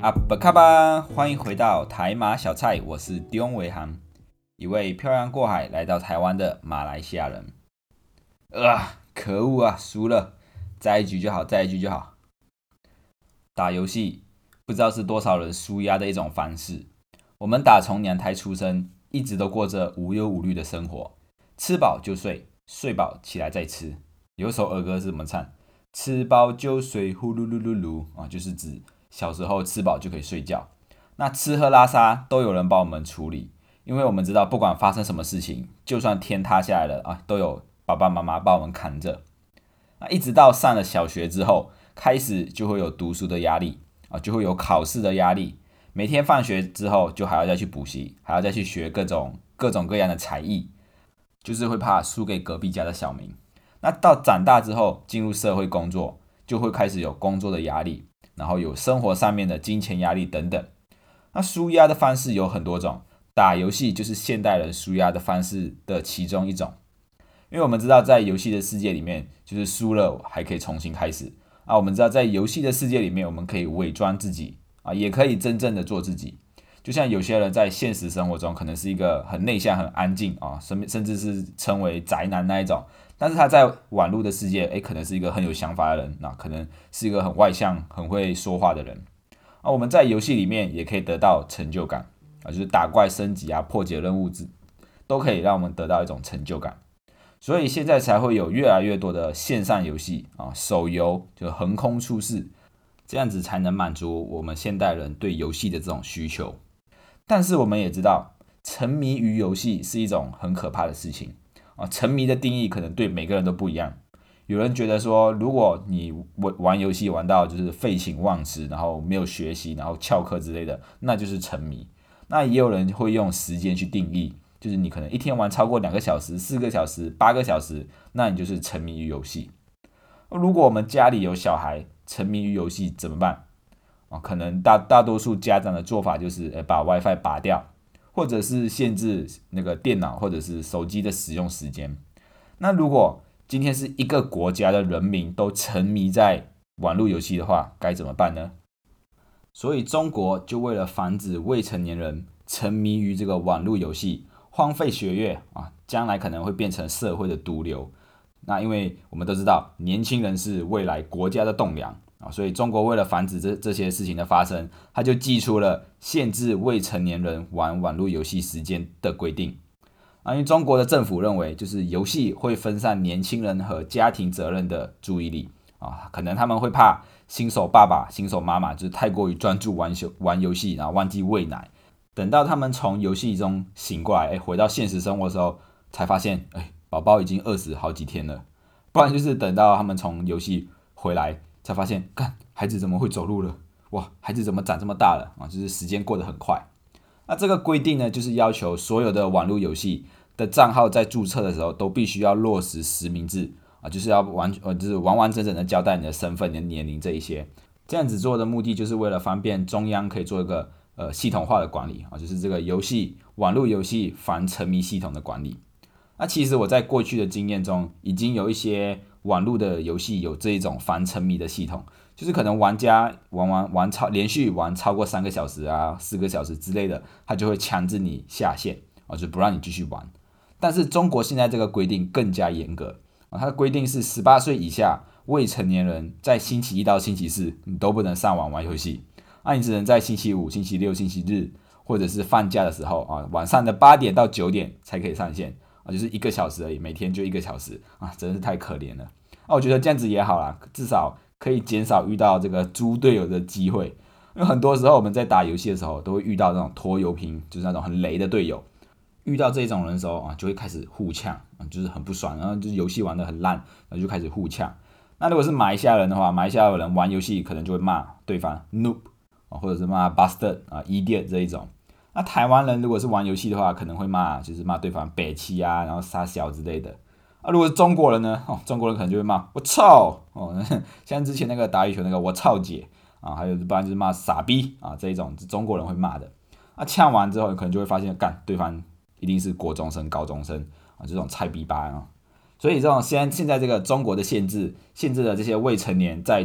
阿不卡巴，欢迎回到台马小菜，我是丁维航，一位漂洋过海来到台湾的马来西亚人。可恶啊，输了，再一局就好，再一局就好。打游戏不知道是多少人输压的一种方式。我们打从娘胎出生，一直都过着无忧无虑的生活，吃饱就睡，睡饱起来再吃。有首儿歌是怎么唱？吃饱就睡，呼噜噜噜噜啊，就是指小时候吃饱就可以睡觉。那吃喝拉撒都有人帮我们处理，因为我们知道不管发生什么事情，就算天塌下来了啊，都有爸爸妈妈帮我们扛着。那一直到上了小学之后，开始就会有读书的压力啊，就会有考试的压力。每天放学之后就还要再去补习，还要再去学各种各样的才艺，就是会怕输给隔壁家的小明。那到长大之后进入社会工作，就会开始有工作的压力，然后有生活上面的金钱压力等等。那舒压的方式有很多种，打游戏就是现代人舒压的方式的其中一种。因为我们知道在游戏的世界里面，就是输了还可以重新开始啊。我们知道在游戏的世界里面，我们可以伪装自己啊，也可以真正的做自己。就像有些人在现实生活中可能是一个很内向、很安静啊，甚至是称为宅男那一种，但是他在网络的世界，可能是一个很有想法的人，那可能是一个很外向、很会说话的人啊。我们在游戏里面也可以得到成就感啊，就是打怪升级啊、破解任务都可以让我们得到一种成就感。所以现在才会有越来越多的线上游戏啊，手游就横空出世，这样子才能满足我们现代人对游戏的这种需求。但是我们也知道，沉迷于游戏是一种很可怕的事情啊。沉迷的定义可能对每个人都不一样。有人觉得说，如果你玩游戏玩到就是废寝忘食，然后没有学习，然后翘课之类的，那就是沉迷。那也有人会用时间去定义，就是你可能一天玩超过2个小时、4个小时、8个小时，那你就是沉迷于游戏。如果我们家里有小孩沉迷于游戏怎么办？可能大多数家长的做法就是把 WiFi 拔掉，或者是限制那个电脑或者是手机的使用时间。那如果今天是一个国家的人民都沉迷在网络游戏的话，该怎么办呢？所以中国就为了防止未成年人沉迷于这个网络游戏，荒废学业啊，将来可能会变成社会的毒瘤。那因为我们都知道，年轻人是未来国家的栋梁啊，所以中国为了防止这些事情的发生，他就祭出了限制未成年人玩网络游戏时间的规定啊。因为中国的政府认为，就是游戏会分散年轻人和家庭责任的注意力啊，可能他们会怕新手爸爸、新手妈妈就是太过于专注玩游戏，然后忘记喂奶。等到他们从游戏中醒过来，回到现实生活的时候，才发现，宝宝已经饿死好几天了。不然就是等到他们从游戏回来，才发现，干，孩子怎么会走路了？哇，孩子怎么长这么大了啊？就是时间过得很快。那这个规定呢，就是要求所有的网络游戏的账号在注册的时候，都必须要落实实名制啊，就是要就是完完整整的交代你的身份、你的年龄这一些。这样子做的目的，就是为了方便中央可以做一个系统化的管理啊，就是这个网络游戏防沉迷系统的管理。那其实我在过去的经验中，已经有一些网络的游戏有这一种防沉迷的系统，就是可能玩家连续玩超过3个小时啊、4个小时之类的，他就会强制你下线啊，就不让你继续玩。但是中国现在这个规定更加严格啊，它的规定是18岁以下未成年人在星期一到星期四你都不能上网玩游戏，你只能在星期五、星期六、星期日或者是放假的时候啊，晚上的8点到9点才可以上线。就是1个小时而已，每天就1个小时啊，真是太可怜了。我觉得这样子也好啦，至少可以减少遇到这个猪队友的机会。因为很多时候我们在打游戏的时候，都会遇到那种拖油瓶，就是那种很雷的队友。遇到这种人的时候啊，就会开始互呛，就是很不爽，然后就是游戏玩得很烂，然后就开始互呛。那如果是马来西亚人的话，马来西亚人玩游戏可能就会骂对方 noob 或者是骂 bastard 啊 idiot 这一种。那台湾人如果是玩游戏的话，可能会骂对方北七啊，然后杀小之类的。如果是中国人呢，中国人可能就会骂我操像之前那个打羽球那个我操姐啊，还有不然就是骂傻逼啊这一种是中国人会骂的。呛完之后，可能就会发现干对方一定是国中生、高中生啊这种菜逼吧啊。所以这种现在这个中国的限制了这些未成年在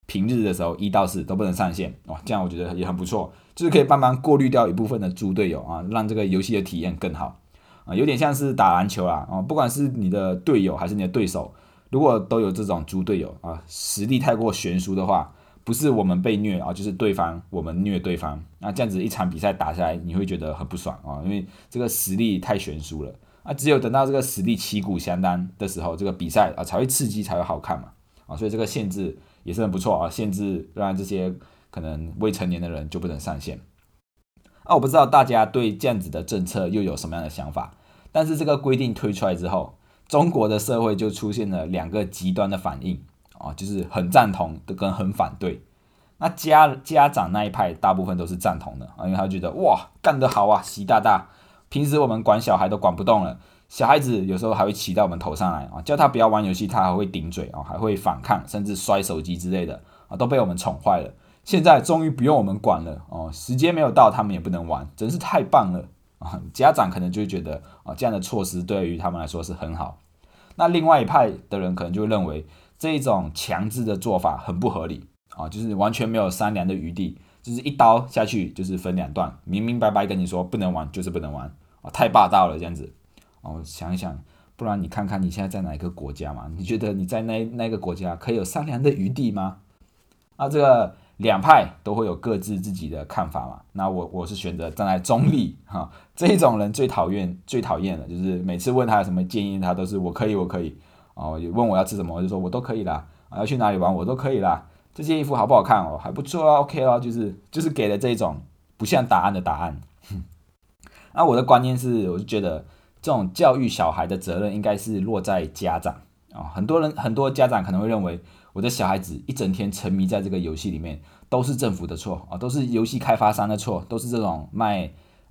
平日的时候1到4都不能上线，哇，这样我觉得也很不错，就是可以帮忙过滤掉一部分的猪队友啊，让这个游戏的体验更好啊，有点像是打篮球啦，不管是你的队友还是你的对手，如果都有这种猪队友啊，实力太过悬殊的话，不是我们被虐啊，就是对方我们虐对方，那这样子一场比赛打下来，你会觉得很不爽啊，因为这个实力太悬殊了啊，只有等到这个实力旗鼓相当的时候，这个比赛啊才会刺激，才会好看嘛啊，所以这个限制也是很不错啊，限制让这些可能未成年的人就不能上线。我不知道大家对这样子的政策又有什么样的想法，但是这个规定推出来之后，中国的社会就出现了2个极端的反应啊，就是很赞同的跟很反对。那家长那一派大部分都是赞同的啊，因为他觉得哇干得好啊，习大大，平时我们管小孩都管不动了，小孩子有时候还会骑到我们头上来啊，叫他不要玩游戏，他还会顶嘴啊，还会反抗，甚至摔手机之类的啊，都被我们宠坏了。现在终于不用我们管了哦，时间没有到，他们也不能玩，真是太棒了啊！家长可能就会觉得啊，这样的措施对于他们来说是很好。那另外一派的人可能就认为这一种强制的做法很不合理啊，就是完全没有商量的余地，就是一刀下去就是分2段，明明白白跟你说不能玩就是不能玩啊，太霸道了这样子。我想一想，不然你看看你现在在哪一个国家嘛？你觉得你在那个国家可以有商量的余地吗？这个2派都会有各自自己的看法嘛。那我是选择站在中立哈，这一种人最讨厌的，就是每次问他有什么建议，他都是我可以哦，问我要吃什么，我就说我都可以啦，要去哪里玩我都可以啦，这件衣服好不好看哦，还不错啊 ，OK 啦，就是给了这种不像答案的答案。那我的观念是，我就觉得这种教育小孩的责任应该是落在家长啊，很多家长可能会认为，我的小孩子一整天沉迷在这个游戏里面，都是政府的错啊，都是游戏开发商的错，都是这种卖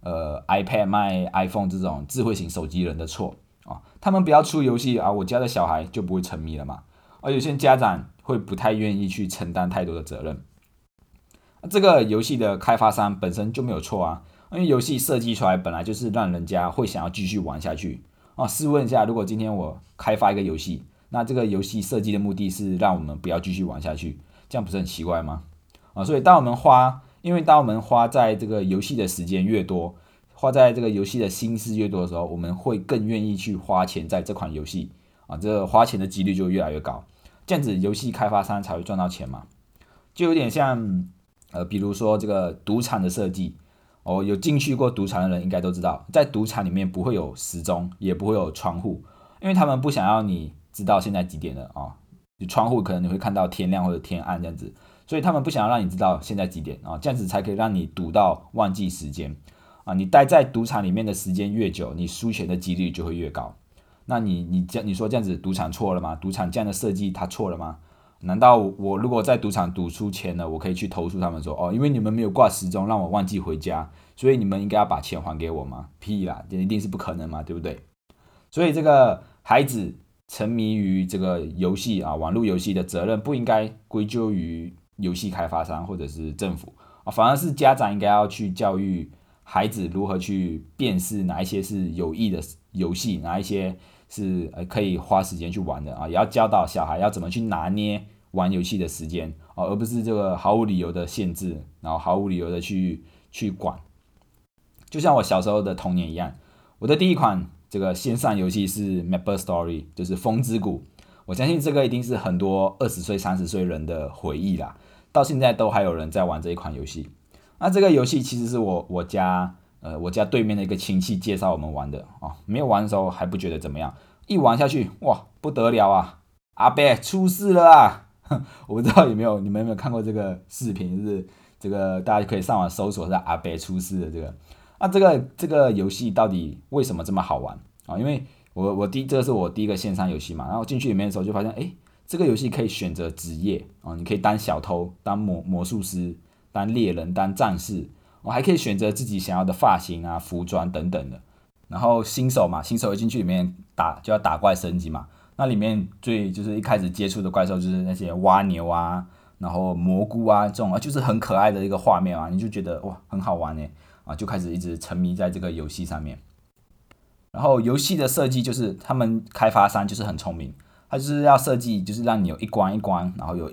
iPad 卖 iPhone 这种智慧型手机人的错啊，他们不要出游戏啊，我家的小孩就不会沉迷了嘛。而有些家长会不太愿意去承担太多的责任，这个游戏的开发商本身就没有错啊，因为游戏设计出来本来就是让人家会想要继续玩下去啊。试问一下，如果今天我开发一个游戏，那这个游戏设计的目的是让我们不要继续玩下去，这样不是很奇怪吗？所以当我们花在这个游戏的时间越多，花在这个游戏的心思越多的时候，我们会更愿意去花钱在这款游戏啊，这个花钱的几率就越来越高，这样子游戏开发商才会赚到钱嘛。就有点像比如说这个赌场的设计有进去过赌场的人应该都知道，在赌场里面不会有时钟，也不会有窗户，因为他们不想要你知道现在几点了啊。窗户可能你会看到天亮或者天暗这样子，所以他们不想要让你知道现在几点啊，这样子才可以让你赌到忘记时间啊。你待在赌场里面的时间越久，你输钱的几率就会越高。那你说这样子赌场错了吗？赌场这样的设计它错了吗？难道我如果在赌场赌出钱了，我可以去投诉他们说因为你们没有挂时钟，让我忘记回家，所以你们应该要把钱还给我吗？屁啦，这一定是不可能嘛，对不对？所以这个孩子沉迷于这个游戏啊，网络游戏的责任不应该归咎于游戏开发商或者是政府反而是家长应该要去教育孩子如何去辨识哪一些是有益的游戏，哪一些是可以花时间去玩的也要教导小孩要怎么去拿捏玩游戏的时间而不是这个毫无理由的限制，然后毫无理由的去管。就像我小时候的童年一样，我的第一款这个线上游戏是 MapleStory， 就是风之谷。我相信这个一定是很多20岁、30岁人的回忆啦，到现在都还有人在玩这一款游戏。那这个游戏其实是我家对面的一个亲戚介绍我们玩的没有玩的时候还不觉得怎么样，一玩下去哇不得了啊，阿伯出事了啊！我不知道你们有没有看过这个视频，就是这个大家可以上网搜索是阿伯出事的这个。那这个游戏到底为什么这么好玩因为这个是我第一个线上游戏嘛，然后进去里面的时候就发现，这个游戏可以选择职业你可以当小偷、当魔术师、当猎人、当战士还可以选择自己想要的发型啊、服装等等的。然后新手一进去里面就要打怪升级嘛，那里面就是一开始接触的怪兽就是那些蜗牛啊，然后蘑菇啊这种就是很可爱的一个画面你就觉得哇很好玩就开始一直沉迷在这个游戏上面。然后游戏的设计就是他们开发商就是很聪明，他就是要设计就是让你有一关一关，然后有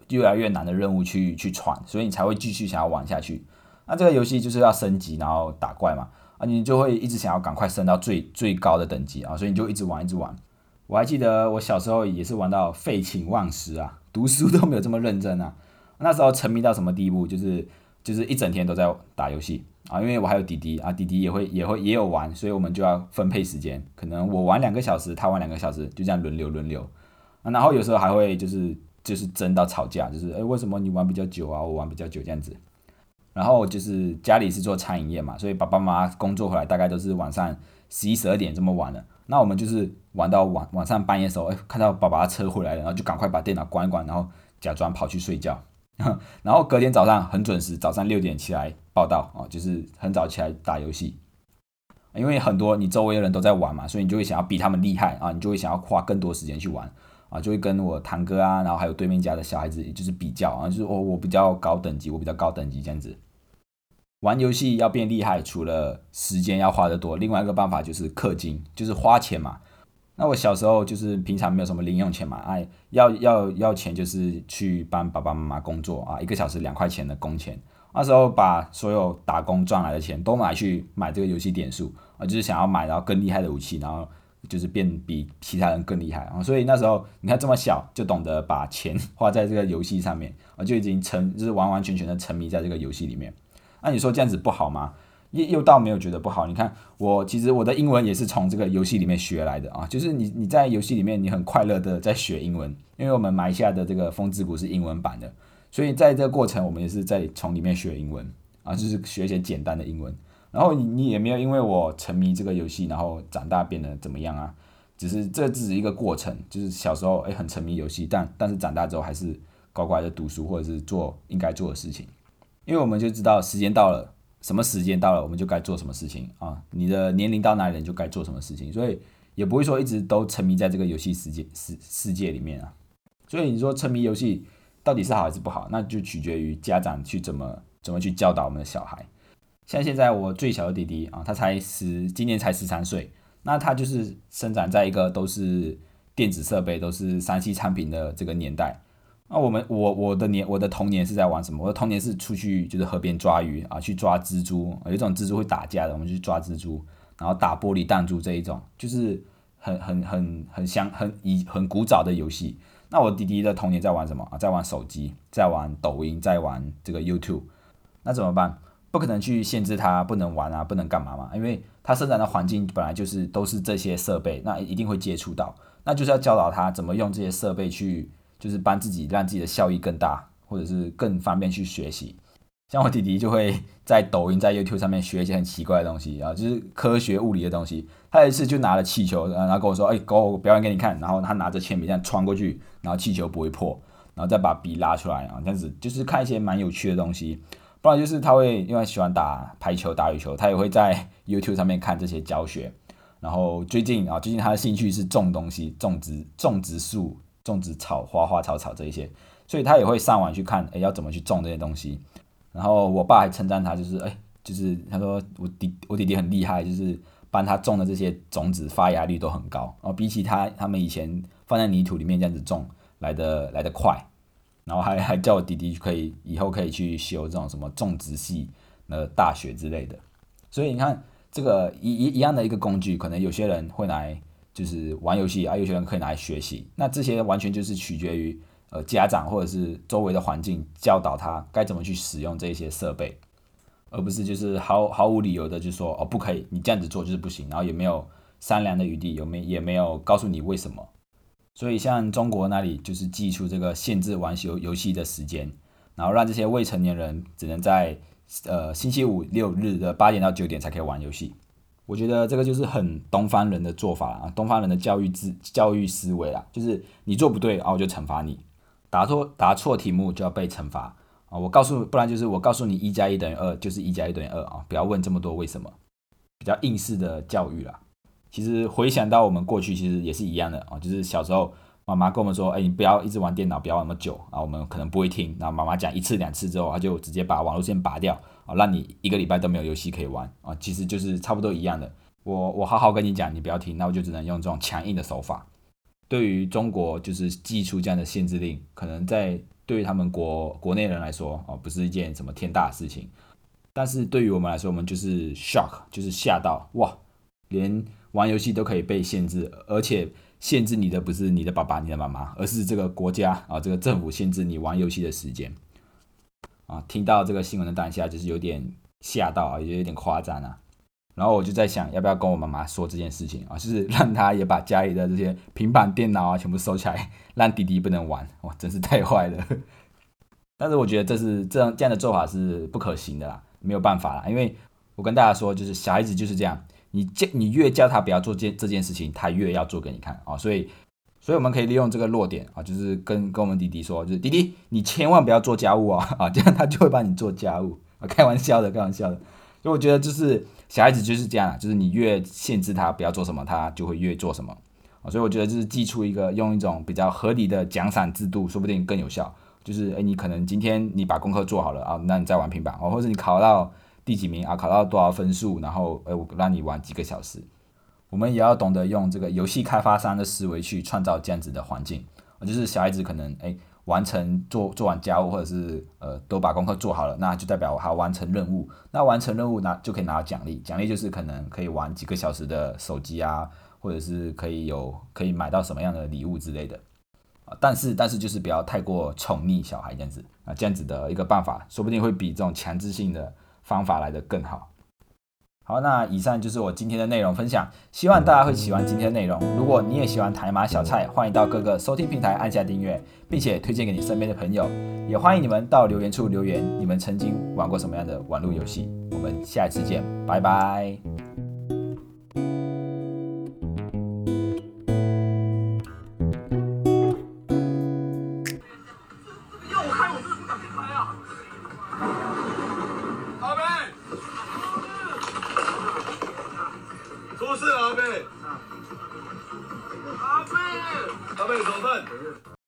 越来越难的任务去闯，所以你才会继续想要玩下去。那这个游戏就是要升级，然后打怪嘛，你就会一直想要赶快升到最高的等级啊，所以你就一直玩一直玩。我还记得我小时候也是玩到废寝忘食啊，读书都没有这么认真啊。那时候沉迷到什么地步，就是一整天都在打游戏啊，因为我还有弟弟啊，弟弟也有玩，所以我们就要分配时间，可能我玩2个小时，他玩2个小时，就这样轮流啊，然后有时候还会就是争到吵架，就是为什么你玩比较久啊，我玩比较久这样子。然后就是家里是做餐饮业嘛，所以爸爸妈妈工作回来大概都是晚上11、12点这么晚了。那我们就是玩到晚上半夜的时候，看到爸爸的车回来了，然后就赶快把电脑关一关，然后假装跑去睡觉。然后隔天早上很准时，早上6点起来报到哦，就是很早起来打游戏。因为很多你周围的人都在玩嘛，所以你就会想要比他们厉害啊，你就会想要花更多时间去玩啊，就会跟我堂哥啊，然后还有对面家的小孩子就是比较啊，就是我比较高等级，我比较高等级这样子。玩游戏要变厉害，除了时间要花得多，另外一个办法就是氪金，就是花钱嘛。那我小时候就是平常没有什么零用钱嘛，要钱就是去帮爸爸妈妈工作啊，1个小时2块钱的工钱。那时候把所有打工赚来的钱都拿去买这个游戏点数啊，就是想要买然后更厉害的武器，然后就是变比其他人更厉害啊。所以那时候你看这么小就懂得把钱花在这个游戏上面啊，就已经就是完完全全的沉迷在这个游戏里面。那你说这样子不好吗？又倒没有觉得不好。你看其实我的英文也是从这个游戏里面学来的啊，就是你在游戏里面你很快乐的在学英文，因为我们马来西亚的这个风之谷是英文版的，所以在这个过程我们也是在从里面学英文啊，就是学一些简单的英文。然后你也没有因为我沉迷这个游戏，然后长大变得怎么样啊？这只是一个过程，就是小时候很沉迷游戏，但是长大之后还是乖乖的读书或者是做应该做的事情。因为我们就知道时间到了，什么时间到了，我们就该做什么事情啊。你的年龄到哪里，你就该做什么事情，所以也不会说一直都沉迷在这个游戏世界里面啊。所以你说沉迷游戏到底是好还是不好，那就取决于家长去怎么去教导我们的小孩。像现在我最小的弟弟啊，今年才13岁，那他就是生长在一个都是电子设备、都是3C 产品的这个年代。那我的童年是在玩什么？我的童年是出去就是河边抓鱼啊，去抓蜘蛛，有一种蜘蛛会打架的，我们就去抓蜘蛛，然后打玻璃弹珠这一种，就是很古早的游戏。那我弟弟的童年在玩什么啊？在玩手机，在玩抖音，在玩这个 YouTube。那怎么办？不可能去限制他不能玩啊，不能干嘛嘛？因为他生长的环境本来就是都是这些设备，那一定会接触到。那就是要教导他怎么用这些设备去，就是让自己的效益更大，或者是更方便去学习。像我弟弟就会在抖音、在 YouTube 上面学一些很奇怪的东西啊，就是科学物理的东西。他有一次就拿了气球，然后跟我说：我表演给你看。”然后他拿着铅笔这样穿过去，然后气球不会破，然后再把笔拉出来啊，这样子就是看一些蛮有趣的东西。不然就是他会因为喜欢打排球、打羽球，他也会在 YouTube 上面看这些教学。然后最近他的兴趣是种东西，种植树、种植草、花草这一些，所以他也会上网去看，要怎么去种这些东西。然后我爸还称赞他，就是他说我弟弟很厉害，就是帮他种的这些种子发芽率都很高，然后比起他们以前放在泥土里面这样子种来的快。然后还叫我弟弟以后可以去修这种什么种植系的大学之类的。所以你看这个一样的一个工具，可能有些人会拿来就是玩游戏啊，有些人可以拿来学习。那这些完全就是取决于家长或者是周围的环境教导他该怎么去使用这些设备，而不是就是毫无理由的就说不可以，你这样子做就是不行，然后也没有商量的余地，也没有告诉你为什么。所以像中国那里就是寄出这个限制玩游戏的时间，然后让这些未成年人只能在星期五六日的8点到9点才可以玩游戏。我觉得这个就是很东方人的做法啊，东方人的教育思维啦，就是你做不对啊，我就惩罚你，答错题目就要被惩罚啊。不然就是我告诉你1+1等于2，就是1+1等于2啊，不要问这么多为什么，比较应试的教育啦。其实回想到我们过去，其实也是一样的啊，就是小时候妈妈跟我们说，你不要一直玩电脑，不要玩那么久啊，我们可能不会听，然后妈妈讲1次2次之后，她就直接把网络线拔掉啊，让你1个礼拜都没有游戏可以玩啊，其实就是差不多一样的。我好好跟你讲，你不要听，那我就只能用这种强硬的手法。对于中国就是寄出这样的限制令，可能在对于他们国内人来说哦，不是一件什么天大的事情。但是对于我们来说，我们就是 shock， 就是吓到哇，连玩游戏都可以被限制，而且限制你的不是你的爸爸、你的妈妈，而是这个国家啊，这个政府限制你玩游戏的时间啊。听到这个新闻的当下，就是有点吓到啊，也有点夸张啊。然后我就在想，要不要跟我妈妈说这件事情啊，就是让她也把家里的这些平板电脑啊全部收起来，让弟弟不能玩。哇，真是太坏了。但是我觉得这样的做法是不可行的啦，没有办法啦，因为我跟大家说，就是小孩子就是这样，你越叫他不要做这件事情，他越要做给你看啊，所以我们可以利用这个弱点啊，就是跟我们弟弟说，就是弟弟，你千万不要做家务啊，这样他就会帮你做家务啊，开玩笑的。所以我觉得就是小孩子就是这样，就是你越限制他不要做什么，他就会越做什么啊。所以我觉得就是寄出用一种比较合理的奖赏制度，说不定更有效。就是你可能今天你把功课做好了啊，那你再玩平板哦，或者你考到第几名啊，考到多少分数，然后我让你玩几个小时。我们也要懂得用这个游戏开发商的思维去创造这样子的环境，就是小孩子可能完成做完家务，或者是都把功课做好了，那就代表他完成任务。那完成任务就可以拿到奖励，奖励就是可能可以玩几个小时的手机啊，或者是可以买到什么样的礼物之类的。但是就是不要太过宠溺小孩这样子啊，这样子的一个办法，说不定会比这种强制性的方法来得更好。好，那以上就是我今天的内容分享，希望大家会喜欢今天的内容。如果你也喜欢台马小菜，欢迎到各个收听平台按下订阅，并且推荐给你身边的朋友。也欢迎你们到留言处留言，你们曾经玩过什么样的网络游戏？我们下一次见，拜拜。 出事了，阿贝！阿贝，手份。